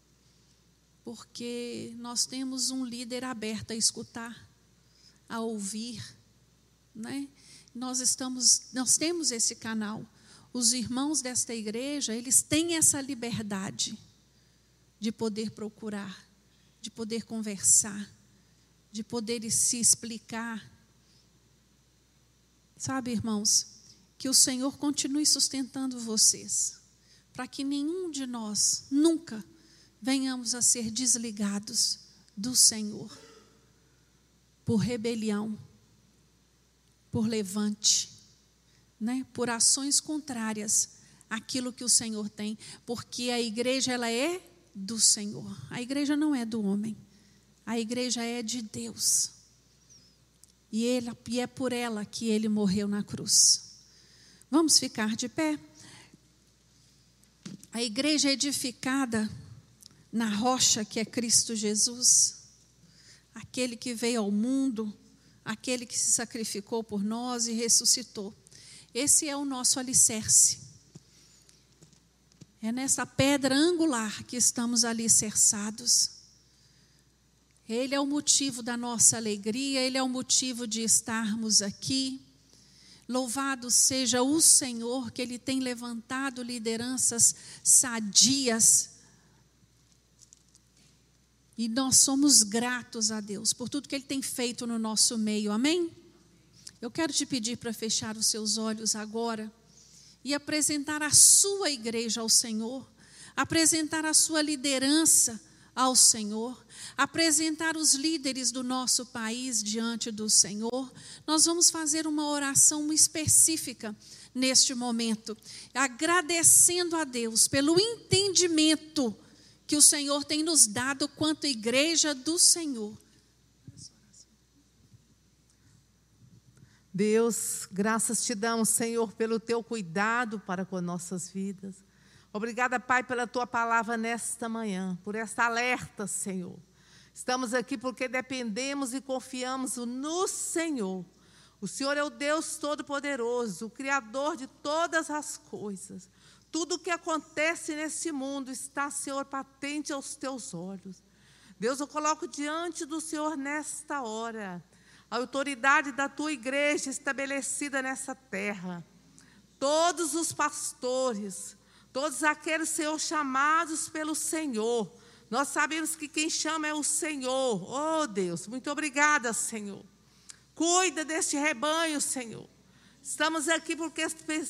porque nós temos um líder aberto a escutar, a ouvir, né? Nós estamos, nós temos esse canal. Os irmãos desta igreja, eles têm essa liberdade de poder procurar, de poder conversar, de poder se explicar. Sabe, irmãos, que o Senhor continue sustentando vocês, para que nenhum de nós nunca venhamos a ser desligados do Senhor, por rebelião, por levante, né? Por ações contrárias àquilo que o Senhor tem, porque a igreja ela é do Senhor, a igreja não é do homem, a igreja é de Deus, e, ele, e é por ela que Ele morreu na cruz. Vamos ficar de pé? A igreja é edificada na rocha que é Cristo Jesus, aquele que veio ao mundo, aquele que se sacrificou por nós e ressuscitou. Esse é o nosso alicerce. É nessa pedra angular que estamos alicerçados. Ele é o motivo da nossa alegria, Ele é o motivo de estarmos aqui. Louvado seja o Senhor, que Ele tem levantado lideranças sadias. E nós somos gratos a Deus por tudo que Ele tem feito no nosso meio, amém? Eu quero te pedir para fechar os seus olhos agora e apresentar a sua igreja ao Senhor, apresentar a sua liderança ao Senhor, apresentar os líderes do nosso país diante do Senhor. Nós vamos fazer uma oração específica neste momento, agradecendo a Deus pelo entendimento que o Senhor tem nos dado quanto igreja do Senhor. Deus, graças te damos, Senhor, pelo teu cuidado para com nossas vidas. Obrigada, Pai, pela tua palavra nesta manhã, por esta alerta, Senhor. Estamos aqui porque dependemos e confiamos no Senhor. O Senhor é o Deus Todo-Poderoso, o Criador de todas as coisas. Tudo o que acontece nesse mundo está, Senhor, patente aos teus olhos. Deus, eu coloco diante do Senhor nesta hora a autoridade da tua igreja estabelecida nessa terra. Todos os pastores, todos aqueles, Senhor, chamados pelo Senhor. Nós sabemos que quem chama é o Senhor. Oh, Deus, muito obrigada, Senhor. Cuida deste rebanho, Senhor. Estamos aqui porque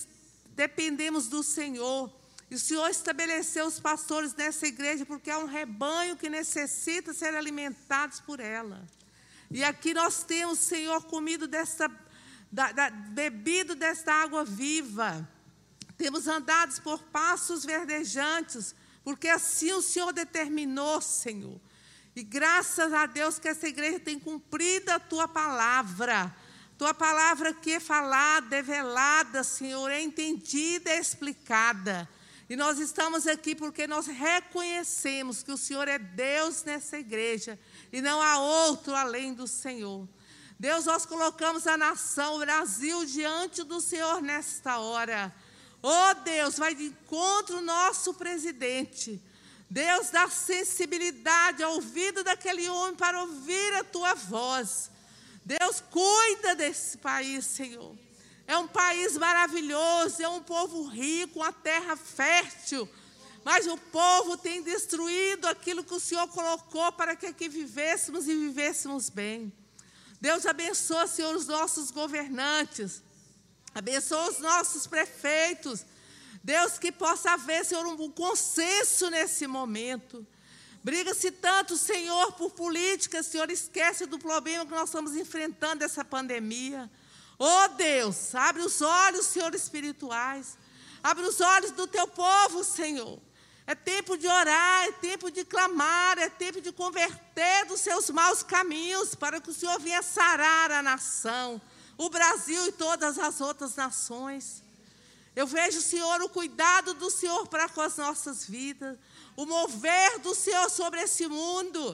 dependemos do Senhor. E o Senhor estabeleceu os pastores nessa igreja porque há um rebanho que necessita ser alimentados por ela. E aqui nós temos, Senhor, comido desta, da, da, bebido desta água viva. Temos andado por passos verdejantes, porque assim o Senhor determinou, Senhor. E graças a Deus que essa igreja tem cumprido a tua palavra. Tua palavra que é falada, é velada, Senhor, é entendida, é explicada. E nós estamos aqui porque nós reconhecemos que o Senhor é Deus nessa igreja e não há outro além do Senhor. Deus, nós colocamos a nação, o Brasil, diante do Senhor nesta hora. Oh, Deus, vai de encontro ao nosso presidente. Deus, dá sensibilidade ao ouvido daquele homem para ouvir a tua voz. Deus, cuida desse país, Senhor. É um país maravilhoso, é um povo rico, uma terra fértil. Mas o povo tem destruído aquilo que o Senhor colocou para que aqui vivêssemos e vivêssemos bem. Deus, abençoa, Senhor, os nossos governantes. Abençoa os nossos prefeitos. Deus, que possa haver, Senhor, um consenso nesse momento. Briga-se tanto, Senhor, por política, Senhor, esquece do problema que nós estamos enfrentando, essa pandemia. Oh, Deus, abre os olhos, Senhor, espirituais. Abre os olhos do teu povo, Senhor. É tempo de orar, é tempo de clamar, é tempo de converter dos seus maus caminhos, para que o Senhor venha sarar a nação, o Brasil e todas as outras nações. Eu vejo, Senhor, o cuidado do Senhor para com as nossas vidas, o mover do Senhor sobre esse mundo.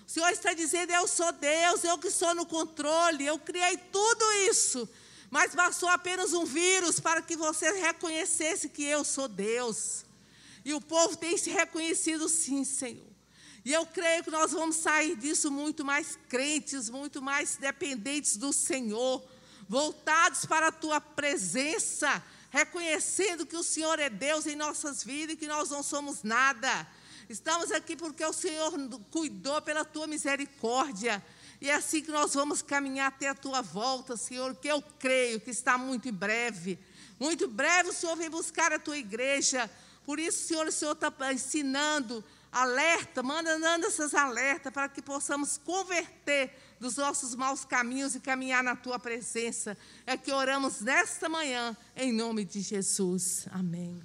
O Senhor está dizendo, eu sou Deus, eu que estou no controle, eu criei tudo isso. Mas bastou apenas um vírus para que você reconhecesse que eu sou Deus. E o povo tem se reconhecido sim, Senhor. E eu creio que nós vamos sair disso muito mais crentes, muito mais dependentes do Senhor, voltados para a Tua presença, reconhecendo que o Senhor é Deus em nossas vidas e que nós não somos nada. Estamos aqui porque o Senhor cuidou pela Tua misericórdia. E é assim que nós vamos caminhar até a Tua volta, Senhor, que eu creio que está muito em breve. Muito breve o Senhor vem buscar a Tua igreja. Por isso, Senhor, o Senhor está ensinando, alerta, mandando essas alertas para que possamos converter dos nossos maus caminhos e caminhar na Tua presença. É que oramos nesta manhã, em nome de Jesus. Amém.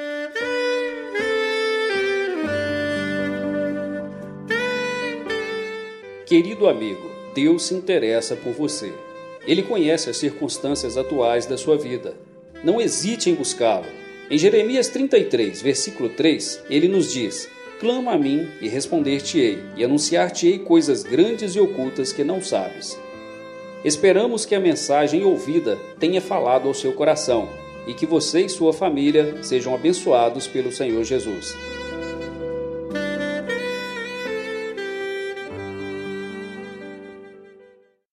Querido amigo, Deus se interessa por você. Ele conhece as circunstâncias atuais da sua vida. Não hesite em buscá-lo. Em Jeremias trinta e três, versículo três, ele nos diz: clama a mim e responder-te-ei, e anunciar-te-ei coisas grandes e ocultas que não sabes. Esperamos que a mensagem ouvida tenha falado ao seu coração e que você e sua família sejam abençoados pelo Senhor Jesus.